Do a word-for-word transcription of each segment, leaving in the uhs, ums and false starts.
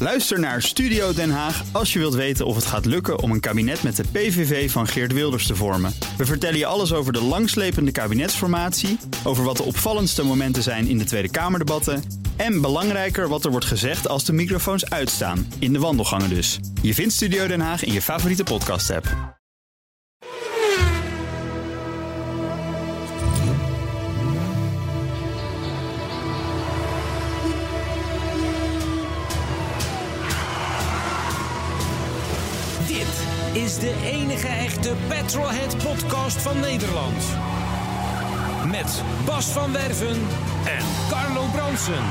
Luister naar Studio Den Haag als je wilt weten of het gaat lukken om een kabinet met de P V V van Geert Wilders te vormen. We vertellen je alles over de langslepende kabinetsformatie, over wat de opvallendste momenten zijn in de Tweede Kamerdebatten en belangrijker wat er wordt gezegd als de microfoons uitstaan, in de wandelgangen dus. Je vindt Studio Den Haag in je favoriete podcast-app. Is de enige echte Petrolhead-podcast van Nederland. Met Bas van Werven en Carlo Bronsen.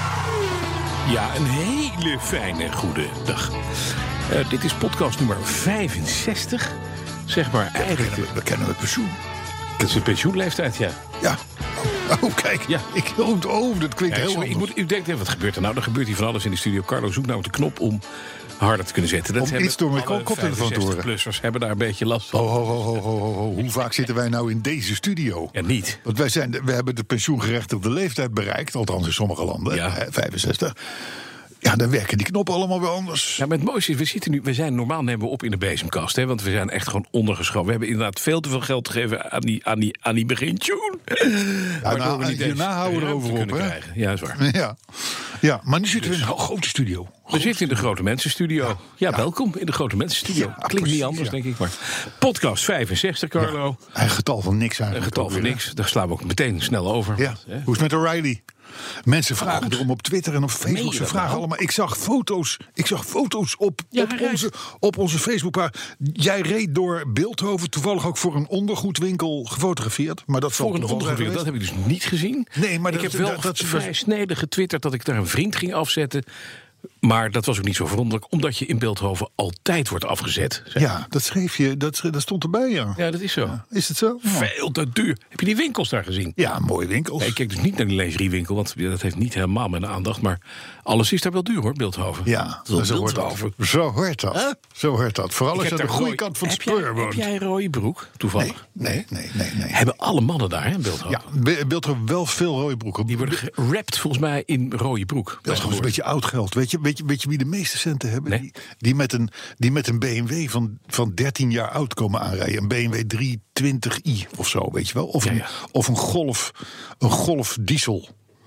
Ja, een hele fijne goede dag. Uh, dit is podcast nummer vijfenzestig. Zeg maar ja, eigenlijk... We kennen, we kennen het pensioen. Dat is de pensioenleeftijd, ja. Ja. Oh, oh kijk. Ja. Ik, oh, oh, dat klinkt ja, heel sorry, ik moet, U denkt, wat gebeurt er nou? Er gebeurt hier van alles in de studio. Carlo zoekt nou de knop om harder te kunnen zetten. Dat om iets door mijn koptelefoon te horen. Plussers hebben daar een beetje last van. Ho, ho, ho, ho, ho, ho. Hoe vaak zitten wij nou in deze studio? Ja, niet. Want wij zijn, we hebben de pensioengerechtigde leeftijd bereikt. Althans in sommige landen. Ja. vijfenzestig. Ja, dan werken die knoppen allemaal weer anders. Ja, maar het mooiste is, we zitten nu, we zijn normaal nemen we op in de bezemkast, hè, want we zijn echt gewoon ondergeschoven. We hebben inderdaad veel te veel geld gegeven aan die, aan die, aan die begintjoen. Ja, nou, hierna houden we erover op, hè? Krijgen. Ja, dat is waar. Ja. Ja, maar nu zitten we in een grote studio. We zitten in de Grote Mensenstudio. Ja, ja, ja, welkom in de Grote Mensenstudio. Ja, klinkt precies, niet anders, ja. denk ik. Maar podcast vijfenzestig, Carlo. Ja, een getal van niks eigenlijk. Een getal van niks. Daar slaan we ook meteen snel over. Ja. Hè? Hoe is het met O'Reilly? Mensen vragen Goed. erom op Twitter en op Facebook. Ze vragen nou? allemaal. Ik zag foto's. Ik zag foto's op, ja, op, onze, op onze Facebook. Jij reed door Bilthoven, toevallig ook voor een ondergoedwinkel gefotografeerd. Maar dat voor een ondergoedwinkel, dat heb ik dus niet gezien. Nee, maar ik dat, heb wel dat, dat, vrij snedig getwitterd dat ik daar een vriend ging afzetten. Maar dat was ook niet zo verwonderlijk, omdat je in Bilthoven altijd wordt afgezet. Zeg. Ja, dat schreef je, dat, dat stond erbij, ja. Ja, dat is zo. Ja, is het zo? Ja. Veel te duur. Heb je die winkels daar gezien? Ja, mooie winkels. Ja, ik kijk dus niet naar die lingeriewinkel, want dat heeft niet helemaal mijn aandacht. Maar alles is daar wel duur, hoor, Bilthoven. Ja, zo, zo hoort dat. Zo hoort dat. Huh? Zo hoort dat. Vooral als je aan de goede kant van het spoor woont. Heb jij een rode broek, toevallig? Nee, nee, nee. nee, nee. Hebben alle mannen daar, hè, in Bilthoven? Ja, Bilthoven wel veel rode broeken. Die worden gerapt, volgens mij, in rode broek. Dat is een beetje oud geld. Weet je, weet je, weet je wie de meeste centen hebben? Nee. Die, die, met een, die met een B M W van, van dertien jaar oud komen aanrijden. Een B M W driehonderdtwintig i of zo, weet je wel. Of, ja, ja. Een, of een, golf, een Golf diesel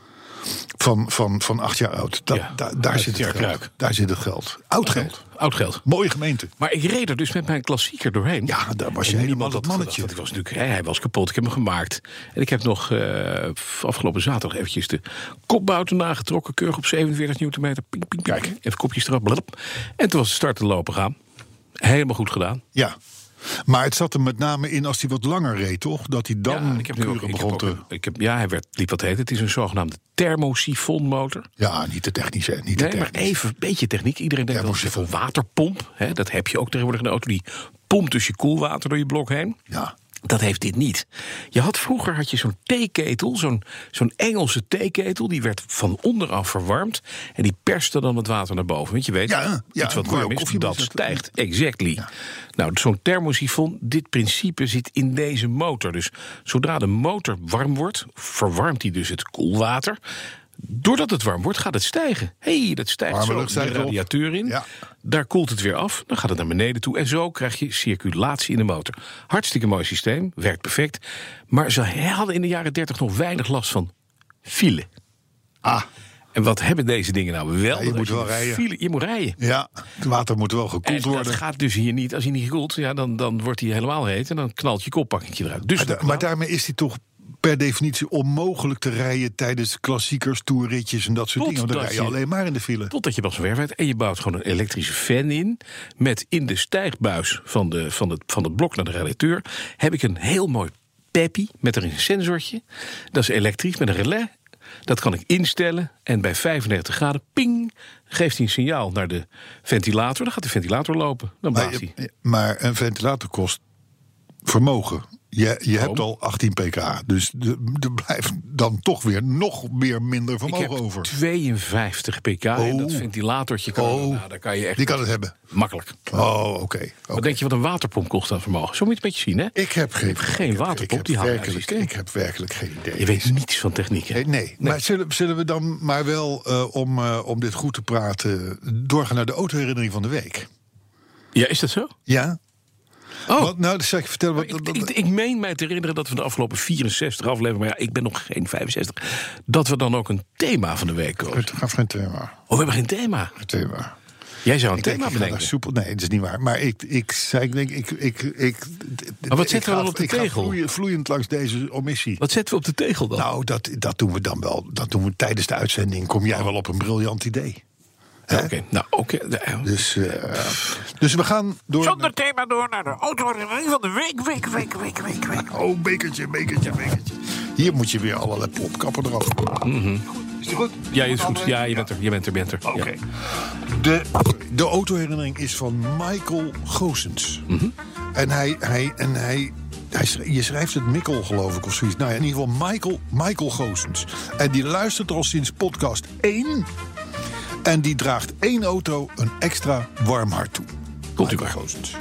van, van, van acht jaar oud. Da, ja, da, daar, zit het geld. daar zit het geld. Oud okay. geld. Oud geld. Mooie gemeente. Maar ik reed er dus met mijn klassieker doorheen. Ja, daar was je helemaal dat mannetje. Want ik was natuurlijk, hij was kapot, ik heb hem gemaakt. En ik heb nog uh, afgelopen zaterdag eventjes de kopbouten nagetrokken. Keurig op zevenenveertig newtonmeter. Ping, ping, ping. Kijk, even kopjes erop. Blub. En toen was de start te lopen gaan. Helemaal goed gedaan. Ja. Maar het zat er met name in als hij wat langer reed, toch? Dat hij dan ja, ik heb nu ook, ik begon heb te... Ook, ik heb, ja, hij werd, liep wat heet. Het is een zogenaamde thermosifonmotor. Ja, niet te technisch, hè? Niet te nee, technisch. maar even een beetje techniek. Iedereen denkt wel eens een waterpomp. Hè, dat heb je ook tegenwoordig in de auto. Die pompt dus je koelwater door je blok heen. Ja. Dat heeft dit niet. Je had vroeger had je zo'n theeketel, zo'n, zo'n Engelse theeketel. Die werd van onderaf verwarmd. En die perste dan het water naar boven. Want je weet, ja, ja, iets wat warm is, dat stijgt. Exactly. Ja. Nou, zo'n thermosifon, dit principe zit in deze motor. Dus zodra de motor warm wordt, verwarmt hij dus het koelwater. Doordat het warm wordt, gaat het stijgen. Hé, hey, dat stijgt zo de radiateur in. Ja. Daar koelt het weer af, dan gaat het naar beneden toe. En zo krijg je circulatie in de motor. Hartstikke mooi systeem, werkt perfect. Maar ze hadden in de jaren dertig nog weinig last van file. Ah. En wat hebben deze dingen nou wel? Ja, je moet je wel rijden. File, je moet rijden. Ja, het water moet wel gekoeld en worden. Dat gaat dus hier niet. Als hij niet gekoeld, ja, dan, dan wordt hij helemaal heet. En dan knalt je koppakketje eruit. Dus maar, da- maar daarmee is hij toch per definitie onmogelijk te rijden tijdens klassiekers, toerritjes en dat soort Tot dingen. Want dan rij je, je alleen maar in de file. Totdat je Bas van Werven hebt en je bouwt gewoon een elektrische fan in. Met in de stijgbuis van, de, van, het, van het blok naar de radiateur heb ik een heel mooi peppy met erin een sensortje. Dat is elektrisch met een relais. Dat kan ik instellen en bij vijfennegentig graden, ping, geeft hij een signaal naar de ventilator. Dan gaat de ventilator lopen. Dan blaast hij. Maar, maar een ventilator kost vermogen. Je, je hebt al achttien pk, dus er blijft dan toch weer nog meer minder vermogen ik heb over. tweeënvijftig pk Oh. en dat ventilatortje kan, Oh. nou, daar kan je echt Die kan het hebben. makkelijk. Oh, oké. Okay, Wat okay. denk je wat een waterpomp kost aan vermogen? Zo moet je het een beetje zien, hè? Ik heb geen, Geen ik heb- waterpomp, ik heb die haalt werkelijk, systeem. Ik heb werkelijk geen idee. Je weet niets van techniek, hè? Nee, nee. maar zullen, zullen we dan maar wel, uh, om, uh, om dit goed te praten, doorgaan naar de autoherinnering van de week? Ja, is dat zo? Ja? Oh. Wat, nou, dan zal ik je vertellen. Wat, Ik, dat- ik, ik meen mij te herinneren dat we de afgelopen vierenzestig afleveringen, maar ja, ik ben nog geen vijfenzestig, dat we dan ook een thema van de week kozen. Het gaat geen thema. Oh, we hebben geen thema. Geen thema. Jij zou een Ik denk, thema ik ga daar bedenken. soepel. Nee, dat is niet waar. Maar ik, ik zei, ik denk, ik, ik, ik. Maar wat ik zetten we ga- dan op de ik ga tegel? vloeien- vloeiend langs deze omissie. Wat zetten we op de tegel dan? Nou, dat, dat doen we dan wel. Dat doen we tijdens de uitzending. Kom jij wel op een briljant idee? Ja, Oké, nou oké. Okay. Dus, uh, dus we gaan door. Zonder thema door naar de autoherinnering van de week, week, week, week, week, week. Oh, bekertje, bekertje, bekertje. Hier moet je weer allerlei plopkappen eraf. Mm-hmm. Is die goed? Ja, is goed. Ja, je bent er. Je bent er, bent er. Oké. Ja. De, de autoherinnering is van Michael Goossens. Mm-hmm. En hij, hij, en hij, hij schrijft, je schrijft het Mikkel, geloof ik, of zoiets. Nou ja, in ieder geval Michael, Michael Goossens. En die luistert al sinds podcast één. En die draagt één auto een extra warm hart toe. Komt u Michael maar. Goossens.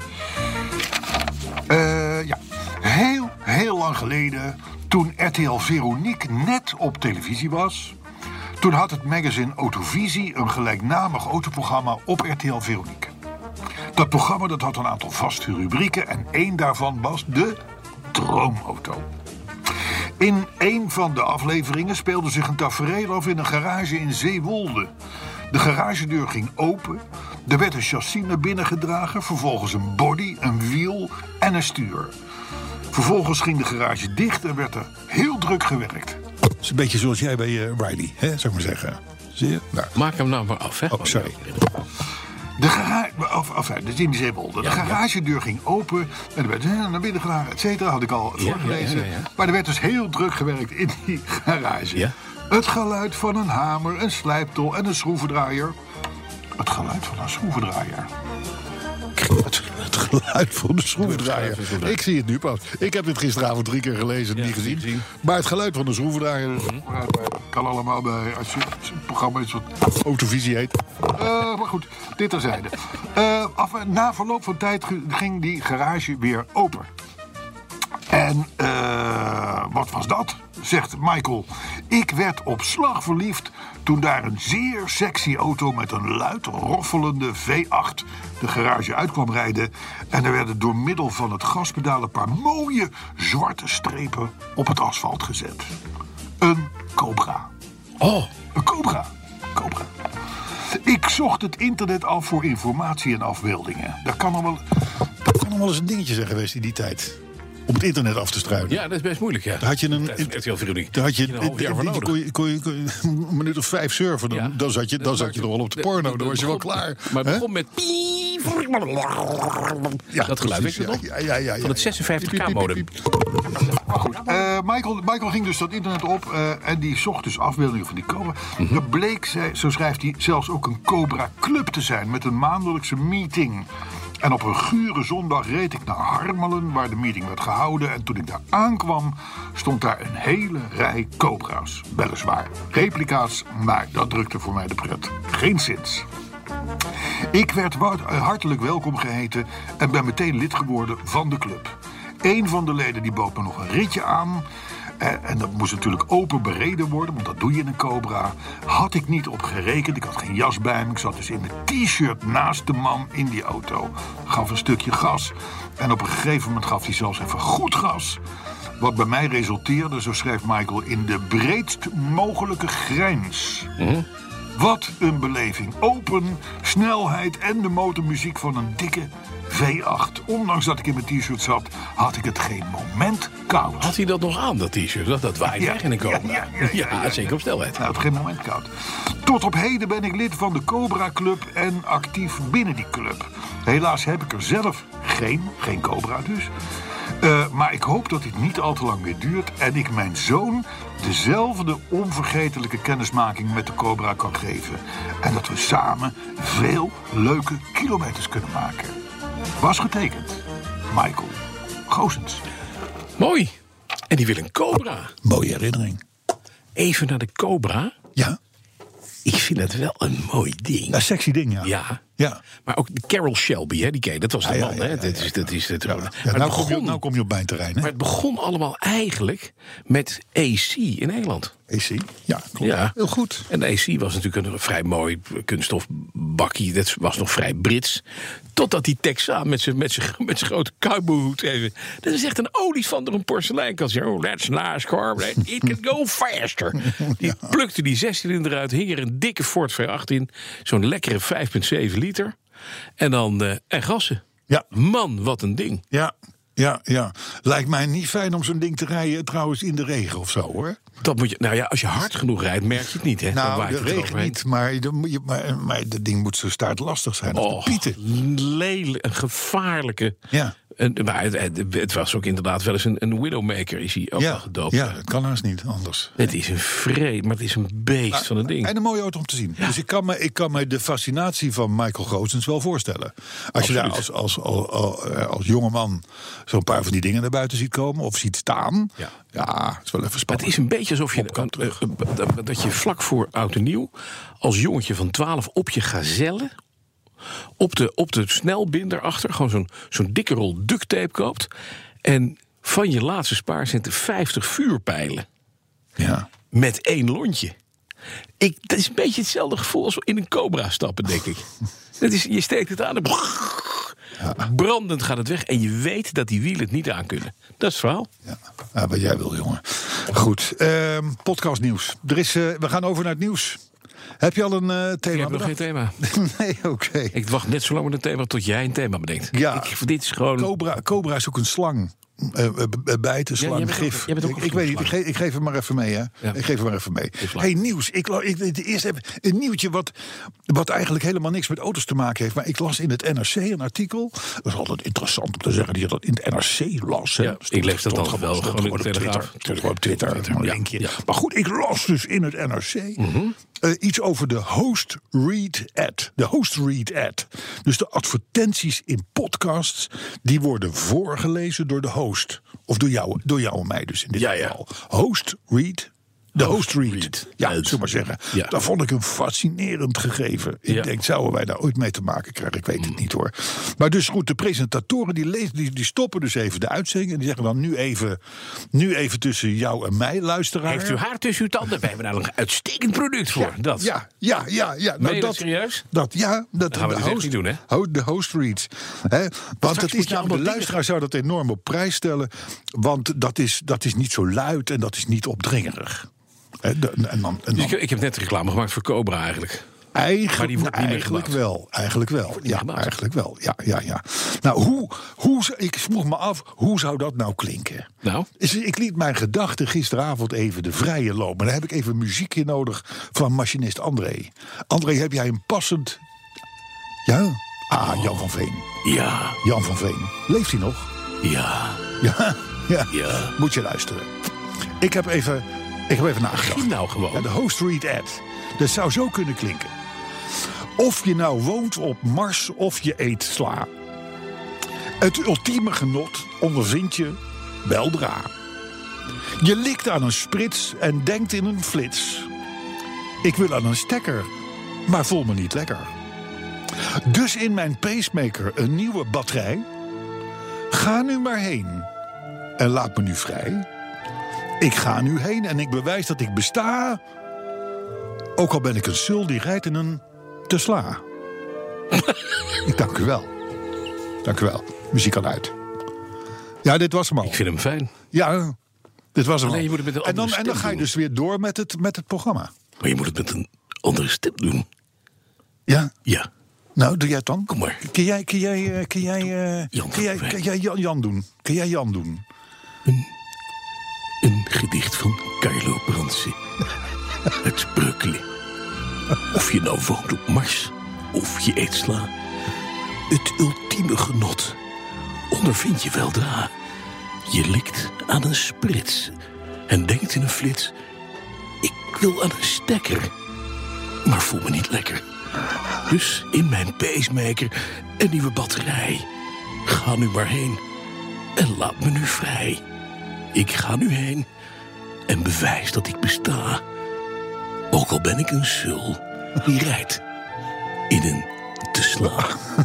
Uh, ja, heel, heel lang geleden, toen R T L Veronique net op televisie was, toen had het magazine Autovisie een gelijknamig autoprogramma op R T L Veronique. Dat programma dat had een aantal vaste rubrieken en één daarvan was de Droomauto. In een van de afleveringen speelde zich een tafereel af in een garage in Zeewolde. De garagedeur ging open, er werd een chassis naar binnen gedragen, vervolgens een body, een wiel en een stuur. Vervolgens ging de garage dicht en werd er heel druk gewerkt. Dat is een beetje zoals jij bij uh, Riley, hè, zou ik maar zeggen. Zie je? Nou. Maak hem nou maar af, hè? Oh, sorry. De garage, of, of, dus in die Zeewolde. De Ja, garagedeur ging open en er werd naar binnen gedragen, et cetera. Had ik al Ja, voorgelezen. ja, ja, ja. Maar er werd dus heel druk gewerkt in die garage. Ja. Het geluid van een hamer, een slijptol en een schroevendraaier. Het geluid van een schroevendraaier. Het, het geluid van de schroevendraaier. Ik zie het nu pas. Ik heb dit gisteravond drie keer gelezen en Ja, niet gezien. gezien. Maar het geluid van de schroevendraaier kan allemaal bij, als je een programma is wat Autovisie heet. Uh, maar goed, dit terzijde. Uh, af, na verloop van tijd ging die garage weer open. En uh, wat was dat? Zegt Michael. Ik werd op slag verliefd toen daar een zeer sexy auto met een luid roffelende V acht de garage uit kwam rijden. En er werden door middel van het gaspedaal een paar mooie zwarte strepen op het asfalt gezet. Een Cobra. Oh, Een Cobra. Cobra. Ik zocht het internet af voor informatie en afbeeldingen. Dat kan nog wel, dat kan nog wel eens een dingetje zijn geweest in die tijd. Om het internet af te struinen. ja, dat is best moeilijk, ja. Daar had je een. R T L Veronique. Daar had je een half jaar voor nodig. kon je, kon je, kon je een minuut of vijf surfen. Dan, Ja. dan zat je, dan zat je nog wel op de porno. Dan was je wel klaar. Maar het Hè? begon met... Ja, dat geluid, weet precies, je nog? ja, ja, ja, ja, Van het ja. zesenvijftig Piep, K piep, modem. piep, piep. Maar goed, uh, Michael, Michael ging dus dat internet op uh, en die zocht dus afbeeldingen van die Cobra. Mhm. Er bleek, zij- zo schrijft hij, zelfs ook een Cobra Club te zijn met een maandelijkse meeting. En op een gure zondag reed ik naar Harmelen, waar de meeting werd gehouden. En toen ik daar aankwam, stond daar een hele rij Cobra's. Weliswaar replica's, maar dat drukte voor mij de pret. Geen zins. Ik werd hartelijk welkom geheten en ben meteen lid geworden van de club. Een van de leden die bood me nog een ritje aan. En dat moest natuurlijk open bereden worden, want dat doe je in een Cobra. Had ik niet op gerekend, ik had geen jas bij me. Ik zat dus in een t-shirt naast de man in die auto. Gaf een stukje gas. En op een gegeven moment gaf hij zelfs even goed gas. Wat bij mij resulteerde, zo schrijft Michael, in de breedst mogelijke grijns. Mm-hmm. Wat een beleving. Open, snelheid en de motormuziek van een dikke V acht. Ondanks dat ik in mijn t-shirt zat, had ik het geen moment koud. Had hij dat nog aan, dat t-shirt? Dat, dat waait Ja, weg in een Cobra. ja, ja, ja, ja, ja. zeker op snelheid. Nou, het geen moment koud. Tot op heden ben ik lid van de Cobra Club en actief binnen die club. Helaas heb ik er zelf geen, geen Cobra dus. Uh, maar ik hoop dat dit niet al te lang meer duurt en ik mijn zoon dezelfde onvergetelijke kennismaking met de Cobra kan geven. En dat we samen veel leuke kilometers kunnen maken. Was getekend, Michael Goossens. Mooi. En die wil een Cobra. Mooie herinnering. Even naar de Cobra. Ja, Ik vind het wel een mooi ding. een sexy ding, ja. Ja. Ja. Maar ook de Carroll Shelby, hè, die ken je, dat was de Ja, ja, man. ja, hè? ja, Dat ja, is, dat is het. Ja, Maar ja, het nou, kom je, begon, nou kom je op mijn terrein, hè? maar het begon allemaal eigenlijk met A C in Engeland. A C? Ja, klopt. Ja. Heel goed. En de A C was natuurlijk een vrij mooi kunststofbakkie. Dat was nog vrij Brits. Totdat die Texaan met zijn met zijn met zijn grote cowboyhoed even. Dat is echt een olifant door een porseleinkast. Oh, that's nice car. It can go faster. Die plukte die zescilinder uit. Hing er een dikke Ford V acht in. Zo'n lekkere vijf komma zeven liter. En dan uh, en gassen. Ja. Man, wat een ding. Ja, ja, ja. Lijkt mij niet fijn om zo'n ding te rijden trouwens in de regen of zo, hoor. Dat moet je, nou ja, als je hard genoeg rijdt, merk je het niet. Hè? Dan Nou, waait de het regen eroverheen. niet, maar, de, je- maar, maar dat ding moet zo staartlastig zijn. Of Oh, de pieten. lelijk, een gevaarlijke. Ja. En, maar het, het, het was ook inderdaad wel eens een, een widowmaker, is hij ook Ja, wel gedoopt. ja, dat kan haast niet anders. Het is een vreed, maar het is een beest van een ding. En een mooie auto om te zien. Dus ik kan, me, ik kan me de fascinatie van Michael Goossens wel voorstellen. Als je daar als, als, als, als, als jongeman zo'n paar van die dingen naar buiten ziet komen of ziet staan. Ja. Ja, het is wel even Het spannend. is een beetje alsof je, Opkant eh, eh, dat- dat je vlak voor oud en nieuw als jongetje van twaalf op je gazelle op de, op de snelbinder achter gewoon zo'n zo'n dikke rol ducttape koopt en van je laatste spaarcenten vijftig vuurpijlen Ja. met één lontje. Ik, dat is een beetje hetzelfde gevoel als in een Cobra stappen, denk ik. Dat is, je steekt het aan en brandend gaat het weg. En je weet dat die wielen het niet aan kunnen. Dat is het verhaal. Ja, ja, wat jij wil, jongen. Goed, ehm podcastnieuws. Er is, eh, we gaan over naar het nieuws. Heb je al een eh, Ik thema heb nog geen bedacht? thema. Nee, oké. Ik wacht net zo lang met een thema tot jij een thema bedenkt. Ja. Ik, dit is gewoon... Cobra, Cobra is ook een slang. Uh, uh, bijten, Ja, slang, jij bent ook- gif. jij bent ook ik, een ik weet niet, ik, slang. ge- ik geef hem maar even mee, hè. Ja. Ik geef hem maar even mee. slang. Hey, nieuws. Ik, la- ik, ik, eerst even een nieuwtje wat, wat eigenlijk helemaal niks met auto's te maken heeft. Maar ik las in het N R C een artikel. Dat is altijd interessant om te zeggen dat je dat in het N R C las. hè. Ja, Stond- ik lees dat stond dan gewoon- wel stond gewoon in de op Telegraaf. Twitter. Stond gewoon op Twitter. Twitter, Een ja. linkje. Ja. Maar goed, ik las dus in het N R C eh, iets over de host read ad. De host read ad. Dus de advertenties in podcasts die worden voorgelezen door de host. Of door jou, door jou en mij dus in dit Ja, ja. geval. Host read. De host, Host read. read. Ja, Ad. zullen we maar zeggen. Ja. Dat vond ik een fascinerend gegeven. Ik Ja. denk, zouden wij daar ooit mee te maken krijgen? Ik weet het niet hoor. Maar dus goed, de presentatoren die, lezen, die, die stoppen dus even de uitzending. En die zeggen dan nu even, nu even tussen jou en mij, luisteraar. Heeft u haar tussen uw tanden? We hebben daar nog een uitstekend product voor. Dat. Ja, ja, ja. ja. Meen je dat serieus? Dat, ja, dat gaan we de dus echt host, niet doen, hè? ho- De host reads. Hè? Want het moet is je nou, allemaal de luisteraar zou dat enorm op prijs stellen. Want dat is, dat is niet zo luid en dat is niet opdringerig. Hè, de- en dan, en dan, Ik, ik heb net reclame gemaakt voor Cobra eigenlijk. Eigenlijk, Maar die wordt niet meer eigenlijk gebouwd. wel, eigenlijk wel. meer Ja, gebouwd. eigenlijk wel. Ja, ja, ja. Nou, hoe, hoe, zou- ik vroeg me af, hoe zou dat nou klinken? Nou? Dus ik liet mijn gedachten gisteravond even de vrije loop. Maar dan heb ik even muziekje nodig van machinist André. André, heb jij een passend... Ja? Ah, Jan van Veen. Ja, Jan van Veen. Leeft hij nog? ja, Ja, ja. ja. Moet je luisteren. Ik heb even, ik heb even nagedacht. Begin nou gewoon. Ja, de host read ad. Dat zou zo kunnen klinken. Of je nou woont op Mars of je eet sla. Het ultieme genot ondervind je weldra. Je likt aan een sprits en denkt in een flits. Ik wil aan een stekker, maar voel me niet lekker. Dus in mijn pacemaker een nieuwe batterij. Ga nu maar heen en laat me nu vrij. Ik ga nu heen en ik bewijs dat ik besta. Ook al ben ik een sul die rijdt in een Tesla. Ik dank u wel. Dank u wel. Muziek kan uit. Ja, dit was hem al. Ik vind hem fijn. Ja, dit was hem Alleen al. je moet het met een en, dan, andere en dan stem ga je doen. dus weer door met het, met het programma. Maar je moet het met een andere stem doen. Ja? Ja, Nou, doe jij het dan? kom maar. Kun jij, kun jij, eh, kun jij, eh, Jan kun jij, van Veen. kun jij Jan, Jan doen? Kun jij Jan doen? Een gedicht van Carlo Brandsy. Het Breukelen. Of je nou woont op Mars of je eet sla. Het ultieme genot ondervind je weldra. Je likt aan een sprits en denkt in een flits. Ik wil aan een stekker, maar voel me niet lekker. Dus in mijn pacemaker een nieuwe batterij. Ga nu maar heen en laat me nu vrij. Ik ga nu heen en bewijs dat ik besta. Ook al ben ik een sul die rijdt in een Tesla.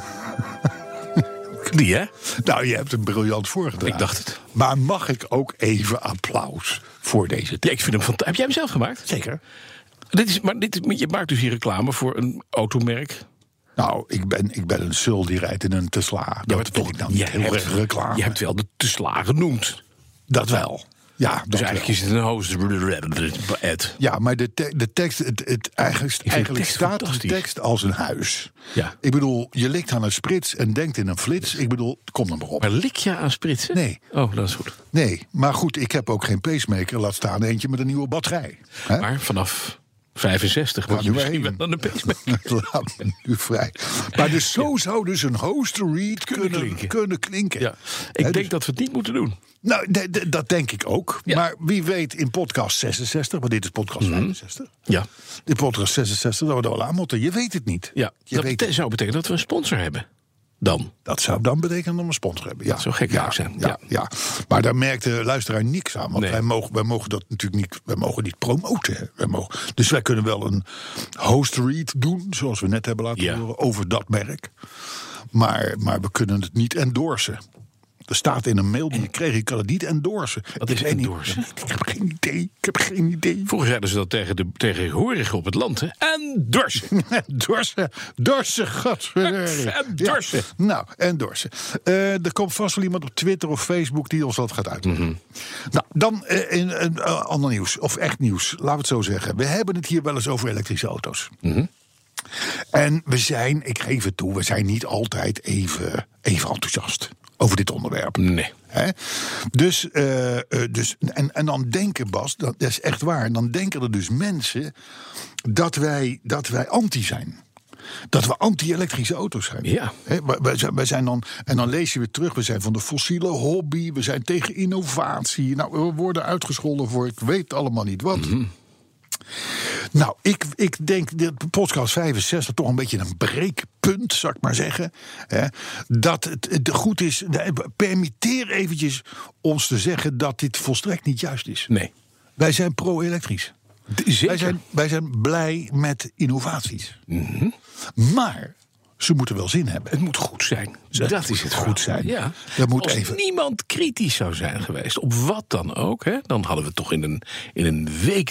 Die, hè? Nou, je hebt een briljant voorgedragen. Ik dacht het. Maar mag ik ook even applaus voor deze Ja, tekst? ik vind hem fantastisch. Heb jij hem zelf gemaakt? Zeker. Dit is, maar dit is, je maakt dus hier reclame voor een automerk. Nou, ik ben, ik ben een sul die rijdt in een Tesla. Dat maar vind ik nou niet jij heel hebt- erg reclame. Je hebt wel de Tesla genoemd. Dat wel. Ja, dat Dus wel. eigenlijk is het een host. Ed. Ja, maar de, te- de tekst, het, het, eigenlijk, de eigenlijk tekst staat de fantastisch. tekst als een huis. Ja. Ik bedoel, je likt aan een sprits en denkt in een flits. Ik bedoel, kom dan maar op. Maar lik je aan spritsen? Nee. Oh, dat is goed. Nee, maar goed, ik heb ook geen pacemaker. Laat staan eentje met een nieuwe batterij. Hè? Maar vanaf vijfenzestig moet Ga je nu misschien heen. wel aan de pacemaker. Laat me nu vrij. Maar dus zo zou dus een hoster read kunnen, klinken. kunnen klinken. Ja. Ik Hè, denk dus- dat we het niet moeten doen. Nou, d- d- dat denk ik ook. Ja. Maar wie weet in podcast zesenzestig, want dit is podcast vijfenzestig. Ja. In podcast zesenzestig, dat we er wel aan moeten. Je weet het niet. Ja. Je Dat weet bete- zou betekenen dat we een sponsor hebben. Dan. Dat zou dan betekenen dat we een sponsor hebben. Ja. Dat zou gek ja, zijn. Ja, Ja. ja. Maar daar merkt de luisteraar niks aan. Want Nee. wij, mogen, wij mogen dat natuurlijk niet, wij mogen niet promoten. Hè. Wij mogen, dus wij kunnen wel een host read doen, zoals we net hebben laten Ja. horen, over dat merk. Maar, maar we kunnen het niet endorsen. Er staat in een mail die je kreeg, ik kan het niet endorsen. Wat Ik is weet niet. endorsen? Ik heb geen idee. Ik heb geen idee. Vroeger zeiden ze dat tegen de tegenwoordigen op het land. Hè? En dorsen. Dorsen, dorsen, godverdorie. En dorsen. Ja, nou, en dorsen. Eh, er komt vast wel iemand op Twitter of Facebook die ons dat gaat uitleggen. Nou, dan eh, een, een, eh, ander nieuws, of echt nieuws, laten we het zo zeggen. We hebben het hier wel eens over elektrische auto's. En we zijn, ik geef het toe, we zijn niet altijd even, even enthousiast over dit onderwerp. Nee. Hè? Dus, eh, eh, dus en, en dan denken, Bas, dat, dat is echt waar. En dan denken er dus mensen dat wij, dat wij anti zijn. Dat we anti-elektrische auto's zijn. Ja. Hè, wij- wij zijn, wij zijn dan, en dan lees je weer terug, we zijn van de fossiele hobby, we zijn tegen innovatie. Nou, we worden uitgescholden voor ik weet allemaal niet wat. Nou, ik, ik denk dat podcast vijfenzestig toch een beetje een breekpunt, zou ik maar zeggen. Hè, dat het, het goed is, permitteer eventjes ons te zeggen dat dit volstrekt niet juist is. Nee. Wij zijn pro-elektrisch. Zeker. Wij zijn, wij zijn blij met innovaties. Maar ze moeten wel zin hebben. Het moet goed zijn. Het dat moet is het goed verhaal. zijn. Ja. Dat moet Als even- niemand kritisch zou zijn geweest, op wat dan ook, hè, dan hadden we toch in een, in een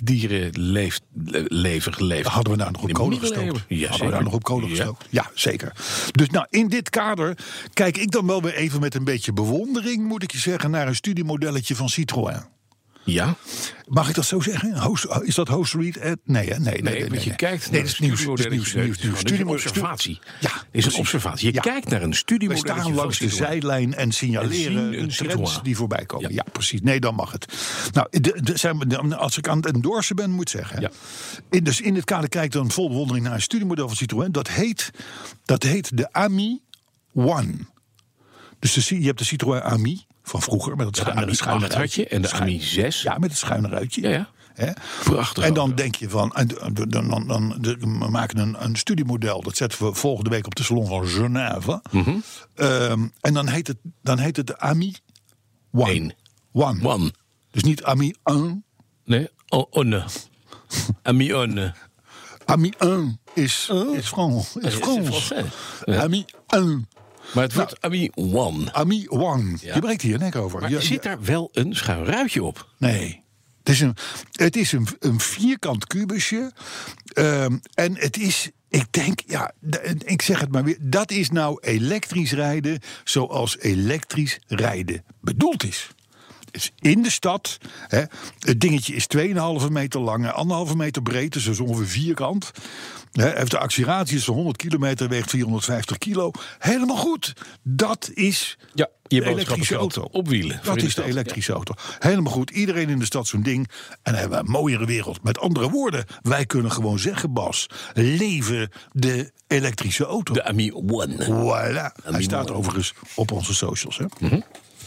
weekdierenleven geleefd. Hadden we daar nog op In kolen middeleeuwen. gestoken? Ja, Hadden we zeker. daar nog op kolen Ja. gestoken? Ja, zeker. Dus nou, in dit kader kijk ik dan wel weer even met een beetje bewondering, moet ik je zeggen, naar een studiemodelletje van Citroën. Ja, Mag ik dat zo zeggen? Host, is dat host read? Eh, Nee, hè? nee, nee, nee, nee, want je nee. kijkt Nee, naar dat is een nieuws. Dat is nieuws, studiemodelletje. nieuws, nieuws. Het is een Studiemo- observatie. Ja, Het is een precies. observatie. Je Ja. kijkt naar een We studiemodelletje staan langs van de Citroën. zijlijn en signaleren En zien de een trends Citroën. die voorbij komen. Ja. Ja. precies. Nee, dan mag het. Nou, de, de, zijn we- als ik aan het endorsen ben, moet ik zeggen. Ja. In, dus in dit kader kijk ik dan vol bewondering naar een studiemodel van Citroën. Dat heet, dat heet de Ami One. Dus de, je hebt de Citroën Ami van vroeger. Met het De schuine, Ami schuine acht had je en de Schuin- Ami zes. Ja, met het schuine ruitje. Ja, ja. Hè? Prachtig. En dan auto. denk je van, en dan, dan, dan, dan, de- we maken een, een studiemodel. Dat zetten we volgende week op de salon van Genève. Mhm. Ehm, en dan heet, het, dan heet het de Ami One. Eén. One. One. Dus niet Ami één. Nee, oh, onne. Ami onne. Ami één is, is Frans. Is is Frans. Français. Ja. Ami één. Maar het wordt Ami One. Ami One. Ja. Je breekt hier je nek over. Maar Je- zit daar wel een schuin ruitje op? Nee. Het is een, het is een, een vierkant kubusje. Ehm, en het is, ik denk, ja, d- ik zeg het maar weer. Dat is nou elektrisch rijden zoals elektrisch rijden bedoeld is. Dus in de stad. Hè, het dingetje is twee komma vijf meter lang, anderhalve meter breed. Dus dat is ongeveer vierkant. Hè, heeft de acceleratie van honderd kilometer, weegt vierhonderdvijftig kilo. Helemaal goed. Dat is Ja, je de elektrische auto. op wielen. voor Dat in de is de stad. elektrische auto. Helemaal goed. Iedereen in de stad zo'n ding. En dan hebben we een mooiere wereld. Met andere woorden, wij kunnen gewoon zeggen, Bas, leven de elektrische auto. De Ami One. Voilà. Hij Ami staat One. overigens op onze socials. Hè?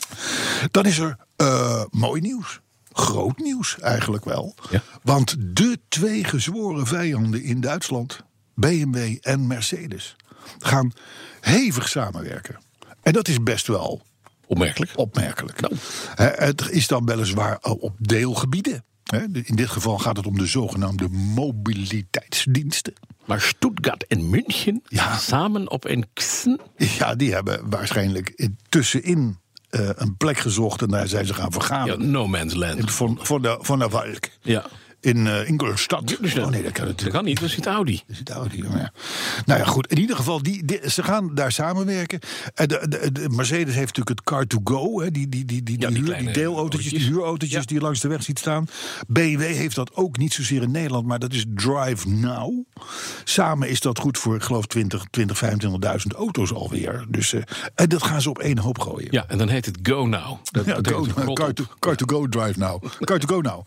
Dan is er eh, mooi nieuws. Groot nieuws eigenlijk wel. Ja. Want de twee gezworen vijanden in Duitsland, B M W en Mercedes, gaan hevig samenwerken. En dat is best wel Opmerkelijk. Opmerkelijk. Nou. Hè, het is dan weliswaar op deelgebieden. Hè. In dit geval gaat het om de zogenaamde mobiliteitsdiensten. Maar Stuttgart en München Ja. samen op een ksen. Ja, die hebben waarschijnlijk tussenin uh, een plek gezocht en daar zijn ze gaan vergaderen. Ja, no man's land. Van, van, de, van de Walk. Ja. In uh, Ingolstadt. Dus dat, oh nee, dat kan dat natuurlijk kan niet, dat is het Audi. Dat is het Audi. Maar ja. Nou ja, goed. In ieder geval, die, die, ze gaan daar samenwerken. En de, de, de Mercedes heeft natuurlijk het Car to Go. Hè, die, die, die, die, Ja, die die, huur, kleine die deelautootjes, die autootjes. huurautootjes Ja. die je langs de weg ziet staan. B M W heeft dat ook niet zozeer in Nederland, maar dat is Drive Now. Samen is dat goed voor, ik geloof, twintig, twintig, vijfentwintigduizend auto's alweer. Dus, uh, en dat gaan ze op één hoop gooien. Ja, en dan heet het Go Now. Dat Ja, betekent go, rot car, op. to, car to Go Drive Now. Car to Go Now.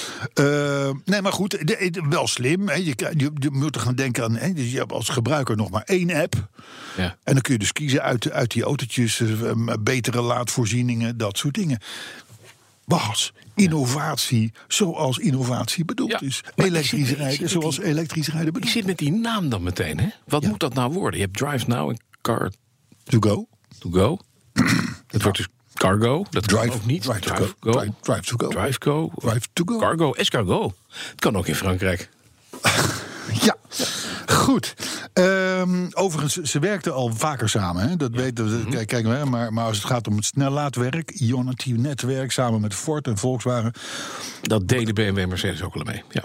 Uh, nee, maar goed, de, de, wel slim. Hè. Je, je, je moet er gaan denken aan, hè. Dus je hebt als gebruiker nog maar één app. Ja. En dan kun je dus kiezen uit, uit die autootjes, uh, betere laadvoorzieningen, dat soort dingen. Bas, innovatie zoals innovatie bedoeld Ja, is. maar Elektrisch ik zit- ik rijden zit met zoals die- elektrisch rijden Ik bedoeld zit met die naam dan meteen, hè? Wat moet dat nou worden? Je hebt Drive Now en Car to Go. to Go. Het wordt dus Cargo. Dat kan Drive, ook niet. drive to go. Drive, drive to go. Drive Go. Drive to go. Cargo. Escargot. Het kan ook in Frankrijk. Ja, goed. Um, overigens, ze werkten al vaker samen. Hè? Dat weten we. Kijk, kijk maar, maar, maar als het gaat om het snellaadwerk, Ionity-netwerk samen met Ford en Volkswagen. Dat deden B M W en Mercedes ook al mee. Ja.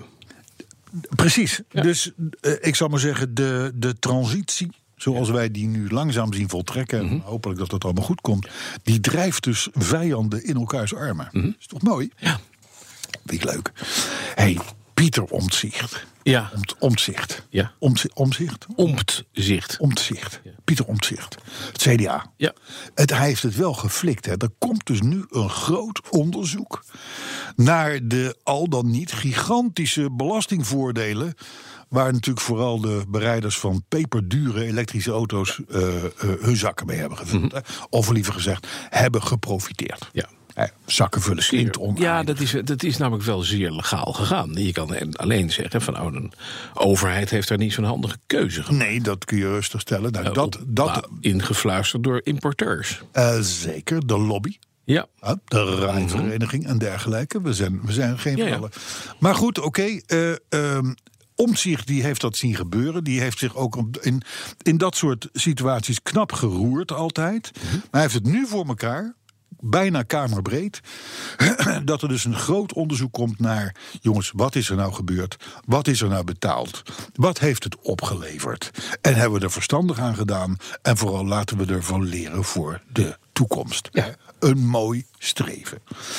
Precies. Ja. Dus uh, ik zal maar zeggen, de, de transitie, zoals wij die nu langzaam zien voltrekken, Mhm. hopelijk dat dat allemaal goed komt, die drijft dus vijanden in elkaars armen. Mhm. Is toch mooi? Ja. Vind ik leuk. Hey, Pieter Omtzigt. Ja. Omt, Omtzigt. Ja. Omtzi- Omtzigt? Omtzigt. Omtzigt. Pieter Omtzigt. Het C D A. Ja. Het, hij heeft het wel geflikt. Hè. Er komt dus nu een groot onderzoek naar de al dan niet gigantische belastingvoordelen, waar natuurlijk vooral de bereiders van peperdure elektrische auto's uh, uh, hun zakken mee hebben gevuld. Mhm. Hè. Of liever gezegd, hebben geprofiteerd. Ja. Hè, zakken vullen sint onaardig. Ja, dat is, dat is namelijk wel zeer legaal gegaan. Je kan alleen zeggen van oh, een overheid heeft daar niet zo'n handige keuze gemaakt. Nee, dat kun je rustig stellen. Nou, Uh, dat, op- dat nou, ingefluisterd door importeurs. uh, zeker, de lobby. Ja. Ja, de rijvereniging en dergelijke. We zijn, we zijn geen Ja, ja. van allen. Maar goed, oké. Okay, uh, um, Omtzigt die heeft dat zien gebeuren. Die heeft zich ook in, in dat soort situaties knap geroerd altijd. Mm-hmm. Maar hij heeft het nu voor elkaar, bijna kamerbreed, dat er dus een groot onderzoek komt naar, jongens, wat is er nou gebeurd? Wat is er nou betaald? Wat heeft het opgeleverd? En hebben we er verstandig aan gedaan? En vooral laten we ervan leren voor de toekomst. Ja. Een mooi streven.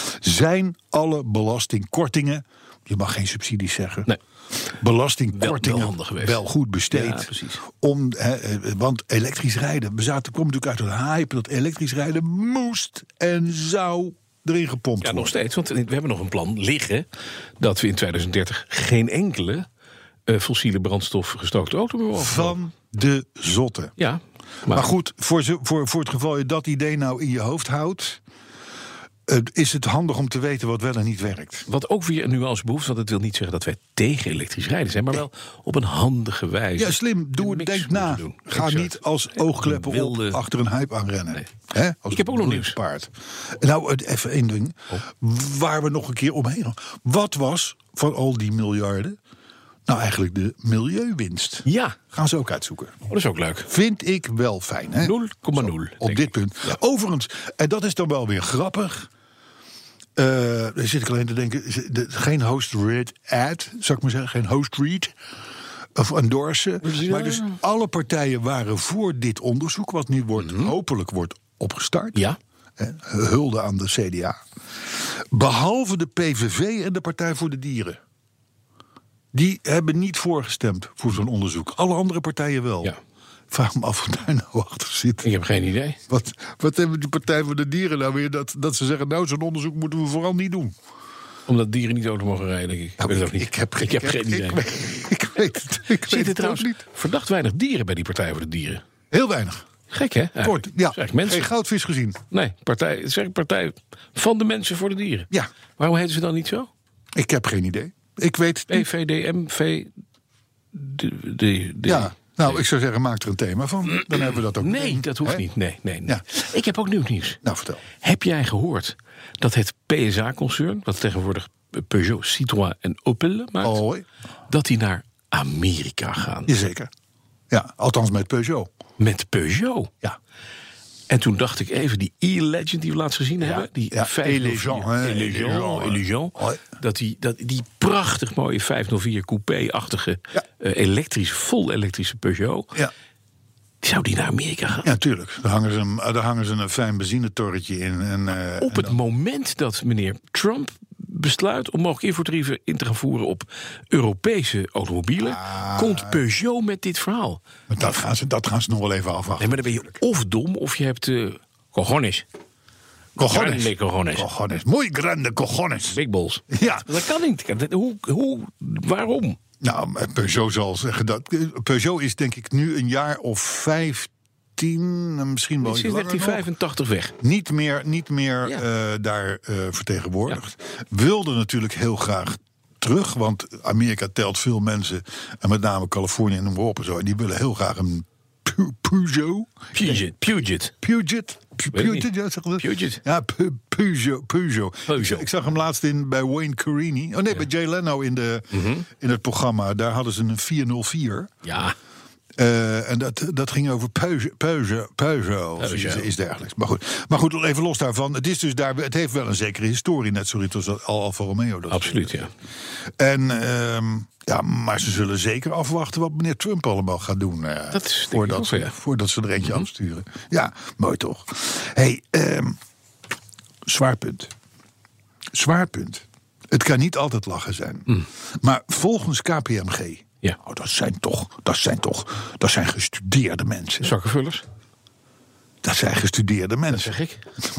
Zijn alle belastingkortingen, je mag geen subsidies zeggen, Nee. belastingkortingen Wel- wel handig geweest. wel goed besteed. Ja, precies. Om, hè, want elektrisch rijden, we zaten, kwam natuurlijk uit een hype dat elektrisch rijden moest en zou erin gepompt Ja, worden. nog steeds. Want we hebben nog een plan liggen dat we in tweeduizend dertig geen enkele uh, fossiele brandstof gestookte auto meer mogen. Van de zotte. Ja. Maar, maar goed, voor, zo, voor, voor het geval je dat idee nou in je hoofd houdt, uh, is het handig om te weten wat wel en niet werkt. Wat ook weer een nuance behoeft, want het wil niet zeggen dat wij tegen elektrisch rijden zijn, maar wel op een handige wijze. Ja, slim. Doe Een het, mix denk na. moeten doen. Ga Exact. niet als oogkleppen Wilde- op achter een hype aanrennen. Nee. Hè? Als Ik heb ook nog nieuws. paard. Nou, het- even één ding. Waar we nog een keer omheen gaan. Wat was van al die miljarden nou eigenlijk de milieuwinst? Ja, Gaan ze ook uitzoeken. oh, dat is ook leuk. Vind ik wel fijn. Hè? nul komma nul. Op denk dit ik. punt. Overigens, en dat is dan wel weer grappig. Uh, daar zit ik alleen te denken. De, geen host read ad, zou ik maar zeggen. Geen host read. Of endorsen. Ja. Maar dus alle partijen waren voor dit onderzoek, wat nu wordt, Mm-hmm. hopelijk wordt opgestart. Ja. Hè, hulde aan de C D A. Behalve de P V V en de Partij voor de Dieren. Die hebben niet voorgestemd voor zo'n onderzoek. Alle andere partijen wel. Ja. Vraag me af wat daar nou achter zit. Ik heb geen idee. Wat, wat hebben die Partij voor de Dieren nou weer? Dat, dat ze zeggen, nou, zo'n onderzoek moeten we vooral niet doen. Omdat dieren niet auto mogen rijden, denk ik. Ik weet het ook niet. Ik heb, ik heb geen idee. Ik weet, ik weet het, ik weet Zitten het trouwens ook niet. verdacht weinig dieren bij die Partij voor de Dieren. Heel weinig. Gek, hè? Eigenlijk. Kort, ja. Dat is eigenlijk mensen. Geen goudvis gezien. Nee, partij, het is eigenlijk partij van de mensen voor de dieren. Ja, Waarom heten ze dan niet zo? ik heb geen idee. Ik weet het P niet. V D M V. De, de, de, Ja, Nou, ik zou zeggen, maak er een thema van. Dan hebben we dat ook Nee, meteen, dat hoeft hè? niet. Nee, nee, nee. Ja. Ik heb ook nieuw nieuws. Nou, vertel. Heb jij gehoord dat het P S A-concern, wat tegenwoordig Peugeot, Citroën en Opel maakt, Oh, dat die naar Amerika gaan? jazeker. Ja, althans met Peugeot. Met Peugeot. Ja. En toen dacht ik even, die E-Legend die we laatst gezien hebben, die ja, vijfhonderdvier, Elegant, hè, Elegant, Elegant. Elegant, Hoi. dat die, dat die prachtig mooie vijfhonderdvier coupé-achtige Ja. eh, elektrische, vol elektrische Peugeot, Ja. zou die naar Amerika gaan? Ja, tuurlijk. Daar hangen ze een, daar hangen ze een fijn benzinetorretje in. En, uh, Op het moment dat meneer Trump besluit om mogelijk invoertarieven in te gaan voeren op Europese automobielen, Ah. komt Peugeot met dit verhaal. Maar dat, gaan ze, dat gaan ze nog wel even afwachten. Nee, maar dan ben je of dom of je hebt uh, cojones. Cojones. Grande cojones. Cojones. Muy grande cojones. Big balls. Ja. Dat kan niet. Hoe, hoe, waarom? Nou, Peugeot zal zeggen dat... Peugeot is denk ik nu een jaar of vijftien, misschien wel iets Sinds langer negentien nog. vijfentachtig weg. Niet meer, niet meer Ja. uh, daar uh, vertegenwoordigd. Wilde natuurlijk heel graag terug, want Amerika telt veel mensen, en met name Californië en Europa en zo, en die willen heel graag een Pu- Peugeot. Puget. Puget. Puget. Pu- Weet ik niet. Puget, ja, zeg dat? Puget. Ja, Pu- Peugeot. Peugeot. Peugeot. Ik zag hem laatst in bij Wayne Carini. Oh nee, bij Jay Leno in, de, in het programma. Daar hadden ze een vierhonderdvier. Ja. Uh, en dat, dat ging over Peugeot, Peugeot, Peugeot of Peugeot. iets, iets dergelijks. Maar goed, maar goed, even los daarvan. Het, is dus daar, het heeft wel een zekere historie, net zoals als Al Alfa Romeo. Dat Absoluut, ja. En, uh, ja, maar ze zullen zeker afwachten wat meneer Trump allemaal gaat doen. Uh, Dat is denk ik voordat, ook, ze, ja. voordat ze er eentje afsturen. Ja, mooi toch. Hey, uh, zwaar punt. Zwaar punt. Het kan niet altijd lachen zijn. Mm. Maar volgens K P M G... Ja. Oh, dat zijn toch, dat zijn toch, dat zijn gestudeerde mensen. Zakkenvullers, Dat zijn gestudeerde mensen. zeg ik.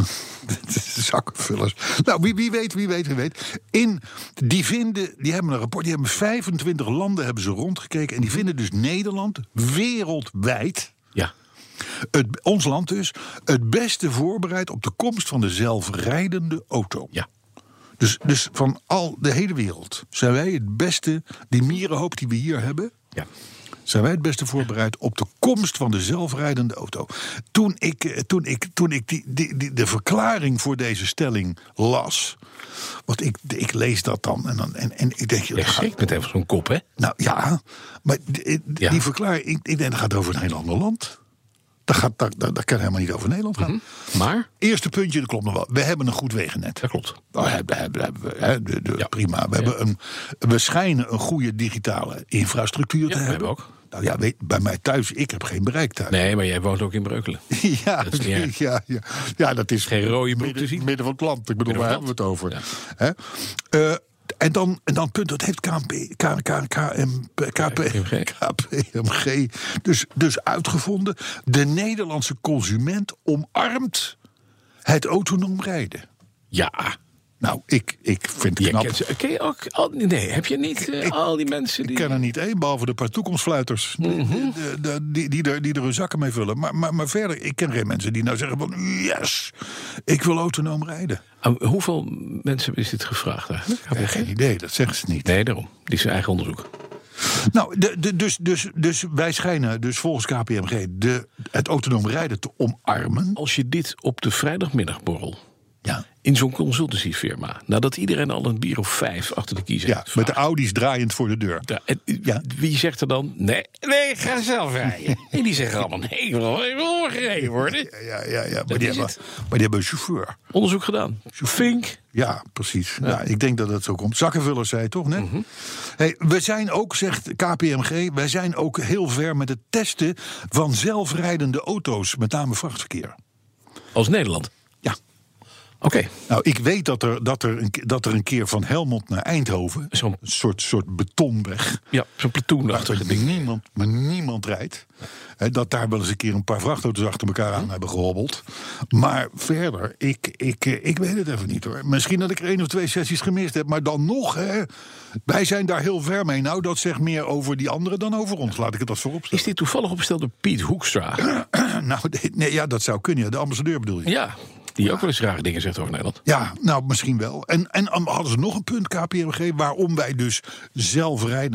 Zakkenvullers. Nou, wie, wie weet, wie weet, wie weet. In, die vinden, die hebben een rapport, die hebben vijfentwintig landen hebben ze rondgekeken. En die vinden dus Nederland wereldwijd, Ja. het, ons land dus, het beste voorbereid op de komst van de zelfrijdende auto. Ja. Dus, dus van al de hele wereld zijn wij het beste, die mierenhoop die we hier hebben, Ja. zijn wij het beste voorbereid op de komst van de zelfrijdende auto. Toen ik, eh, toen ik, toen ik die, die, die, de verklaring voor deze stelling las, want ik, ik lees dat dan en, dan, en, en ik denk... Je schrikt met even zo'n kop, hè? Nou ja, maar die, Ja. die verklaring, ik, ik denk dat gaat over een heel ander land. Dat, gaat, dat, dat, dat kan helemaal niet over Nederland gaan. Mm-hmm. Maar, Eerste puntje, dat klopt nog wel. We hebben een goed wegennet. dat klopt. Oh, hebben, hebben, hebben we, hè, de, de, Ja. prima. We, hebben een, we schijnen een goede digitale infrastructuur te we hebben. hebben ook. Nou ja, weet, bij mij thuis, ik heb geen bereik thuis. Nee, maar jij woont ook in Breukelen. Ja, Dat is niet erg. ja, ja, ja, dat is Geen rode broek te midden, zien. midden van het land. Ik bedoel, Midden waar van hebben we het het over? Hè? Uh, en, dan, en dan punt, dat heeft K M P, K, K, K, M, K, P, K P M G dus, dus uitgevonden. De Nederlandse consument omarmt het autonoom rijden. Ja. Nou, ik, ik vind het Je knap. kent ze, ken je ook al, nee, heb je niet uh, Ik- al die mensen die... Ik ken er niet één, behalve de paar toekomstfluiters. Mhm. Die, die, die, die, die, er, die er hun zakken mee vullen. Maar, maar, maar verder, ik ken geen mensen die nou zeggen van... yes, ik wil autonoom rijden. Uh, hoeveel mensen is dit gevraagd eigenlijk? Ik heb geen idee, dat zeggen ze niet. Nee, daarom. Dit is zijn eigen onderzoek. Nou, de, de, dus, dus, dus wij schijnen dus volgens K P M G de, het autonoom rijden te omarmen. Als je dit op de vrijdagmiddagborrel Ja, in zo'n consultancyfirma, nadat iedereen al een bier of vijf achter de kiezer ja heeft met de gevraagd. Audi's draaiend voor de deur. Da- en, Ja. Wie zegt er dan, nee, nee, ga zelf rijden. En die zeggen allemaal, nee, ik wil, ik wil gereden worden. Ja, ja, ja, ja. Maar, die is hebben, het. maar die hebben een chauffeur. Onderzoek gedaan. Fink. Ja, precies. Ja. ik denk dat het zo komt. Zakkenvullers zei het toch net? Mhm. Hey, we zijn ook, zegt K P M G... wij zijn ook heel ver met het testen van zelfrijdende auto's. Met name vrachtverkeer. Als Nederland. Ja. Oké. Nou, ik weet dat er, dat, er een, dat er een keer van Helmond naar Eindhoven... Zo'n- een soort, soort betonweg... Ja, zo'n platoonachtige waar ding. niemand, maar niemand rijdt. Hè, dat daar wel eens een keer een paar vrachtauto's achter elkaar aan hebben gehobbeld. Maar verder, ik, ik, eh, ik weet het even niet hoor. Misschien dat ik er één of twee sessies gemist heb. Maar dan nog, hè, wij zijn daar heel ver mee. Nou, dat zegt meer over die anderen dan over ons. Laat ik het dat voorop Is stellen. dit toevallig opgesteld door Piet Hoekstra? Nou, nee, ja, dat zou kunnen. Ja. De ambassadeur bedoel je? Ja, die ook wel eens rare dingen zegt over Nederland. Ja, nou misschien wel. En, en hadden ze nog een punt, K P M G, waarom wij dus zelfrijdend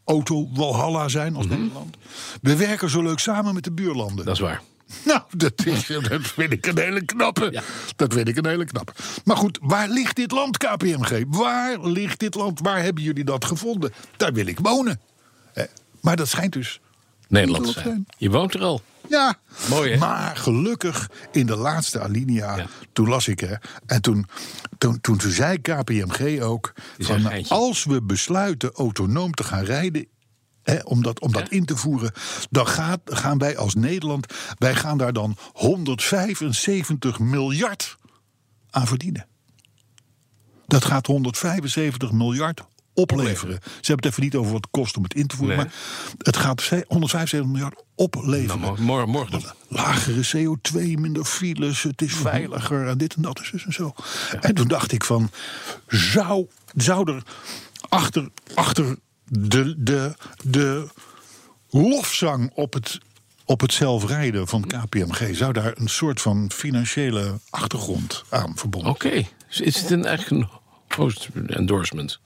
auto-walhalla zijn als mm-hmm. Nederland. We werken zo leuk samen met de buurlanden. Dat is waar. Nou, dat, is, dat vind ik een hele knappe. Ja. Dat vind ik een hele knappe. Maar goed, waar ligt dit land, K P M G? Waar ligt dit land? Waar hebben jullie dat gevonden? Daar wil ik wonen. Eh, maar dat schijnt dus Nederland te zijn. Je woont er al. Ja, mooi hè? Maar gelukkig in de laatste alinea, ja. toen las ik hè, en toen, toen, toen, toen zei K P M G ook, van, als we besluiten autonoom te gaan rijden, hè, om dat, om dat ja. in te voeren, dan gaat, gaan wij als Nederland, wij gaan daar dan honderdvijfenzeventig miljard aan verdienen. Dat gaat honderdvijfenzeventig miljard opleveren. Ze hebben het even niet over wat het kost om het in te voeren, nee. maar het gaat honderdvijfenzeventig miljard opleveren. Nou, morgen, morgen dan. Lagere C O twee, minder files, het is veiliger en dit en dat is en zo. Ja. En toen dacht ik van, zou, zou er achter, achter de, de, de lofzang op het, op het zelfrijden van K P M G, zou daar een soort van financiële achtergrond aan verbonden? Oké, okay. Is het een echt een post-endorsement?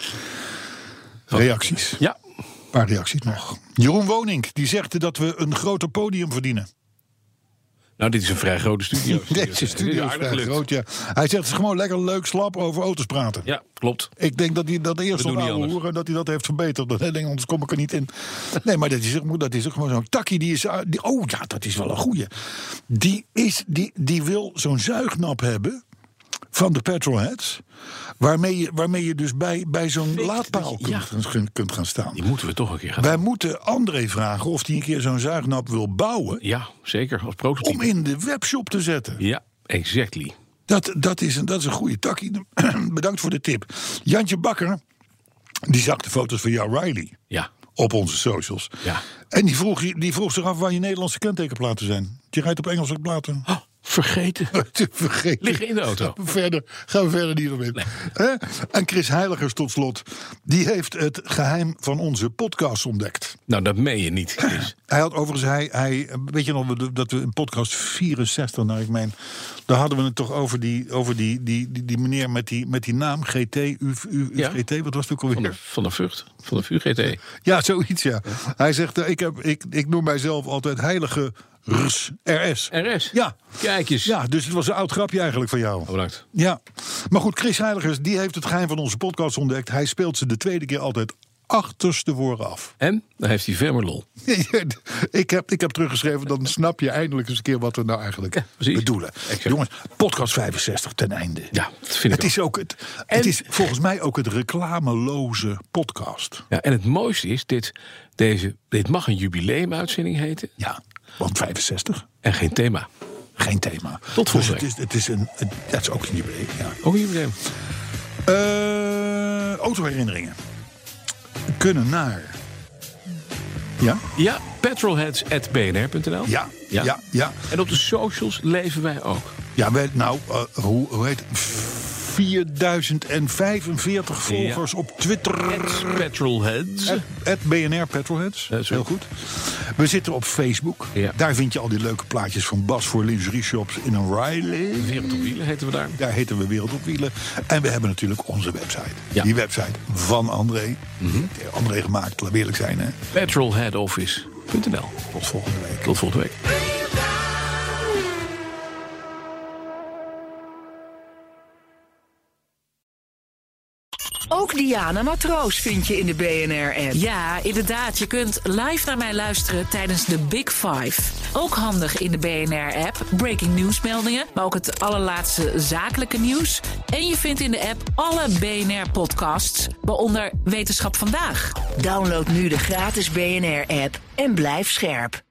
Reacties. Ja. Een paar reacties nog. Jeroen Wonink, die zegt dat we een groter podium verdienen. Nou, dit is een vrij grote studio. Deze studio is vrij groot, ja. Hij zegt, het is gewoon lekker leuk slap over auto's praten. Ja, klopt. Ik denk dat hij dat eerst al oude hoeren, dat hij dat heeft verbeterd. Dat denk, anders kom ik er niet in. Nee, maar dat is, dat is gewoon zo'n takkie. Die is, die, oh ja, dat is wel een goeie. Die, is, die, die wil zo'n zuignap hebben van de petrolheads, waarmee je, waarmee je dus bij, bij zo'n laadpaal kunt, ja. kunt gaan staan. Die moeten we toch een keer gaan Wij doen. moeten André vragen of hij een keer zo'n zuignap wil bouwen. Ja, zeker, als prototype. Om in de webshop te zetten. Ja, exactly. Dat, dat, is, een, dat is een goede takkie. Bedankt voor de tip. Jantje Bakker, die zag de foto's van jou, Riley. Ja. Op onze socials. Ja. En die vroeg, die vroeg zich af waar je Nederlandse kentekenplaten zijn. Je rijdt op Engelse platen. Oh. Vergeten. Vergeten. Liggen in de auto. Gaan we verder, gaan we verder niet op in. Nee. En Chris Heiligers tot slot, die heeft het geheim van onze podcast ontdekt. Nou, dat meen je niet, Chris. Hij had overigens, hij, hij, weet je nog dat we in podcast vierenzestig, nou ik meen, daar hadden we het toch over die, over die, die, die, die meneer met die, met die naam, G T, U G T, ja. Wat was het ook alweer? Van de, van de Vught, van de V U G T. Ja, zoiets, ja. ja. Hij zegt, ik, heb, ik, ik noem mijzelf altijd heilige R S. R S. R S? Ja. Kijk eens. Ja, dus het was een oud grapje eigenlijk van jou. Oh, bedankt. Ja. Maar goed, Chris Heiligers, die heeft het geheim van onze podcast ontdekt. Hij speelt ze de tweede keer altijd achterstevoren af. En? Dan heeft hij veel meer lol. ik, heb, ik heb teruggeschreven, dan snap je eindelijk eens een keer wat we nou eigenlijk ja, bedoelen. Exact. Jongens, podcast vijfenzestig ten einde. Ja, dat vind ik het is ook het, en, het is volgens mij ook het reclameloze podcast. Ja, en het mooiste is, dit, deze, dit mag een jubileumuitzending heten. Ja, want vijfenzestig. En geen thema. Geen thema. Tot volgende week. Dus het is, het is een, het, dat is ook een jubileum. Ja. Ook een jubileum. Uh, autoherinneringen kunnen naar... Ja? Ja, petrolheads at b n r punt n l. Ja, ja, ja, ja. En op de socials leven wij ook. Ja, wij, nou, uh, hoe, hoe heet het? vierduizend vijfenveertig volgers ja. op Twitter. At Petrolheads. At, at B N R Petrolheads. Uh, Heel goed. We zitten op Facebook. Ja. Daar vind je al die leuke plaatjes van Bas voor Lingerie Shops in een Riley. Wereld op Wielen heten we daar. Daar heten we Wereld op Wielen. En we hebben natuurlijk onze website. Ja. Die website van André. Mm-hmm. André gemaakt, laat eerlijk zijn. Hè? petrolheadoffice punt n l. Tot volgende week. Tot volgende week. Ook Diana Matroos vind je in de B N R-app. Ja, inderdaad. Je kunt live naar mij luisteren tijdens de Big Five. Ook handig in de B N R-app. Breaking nieuwsmeldingen, maar ook het allerlaatste zakelijke nieuws. En je vindt in de app alle B N R-podcasts, waaronder Wetenschap Vandaag. Download nu de gratis B N R-app en blijf scherp.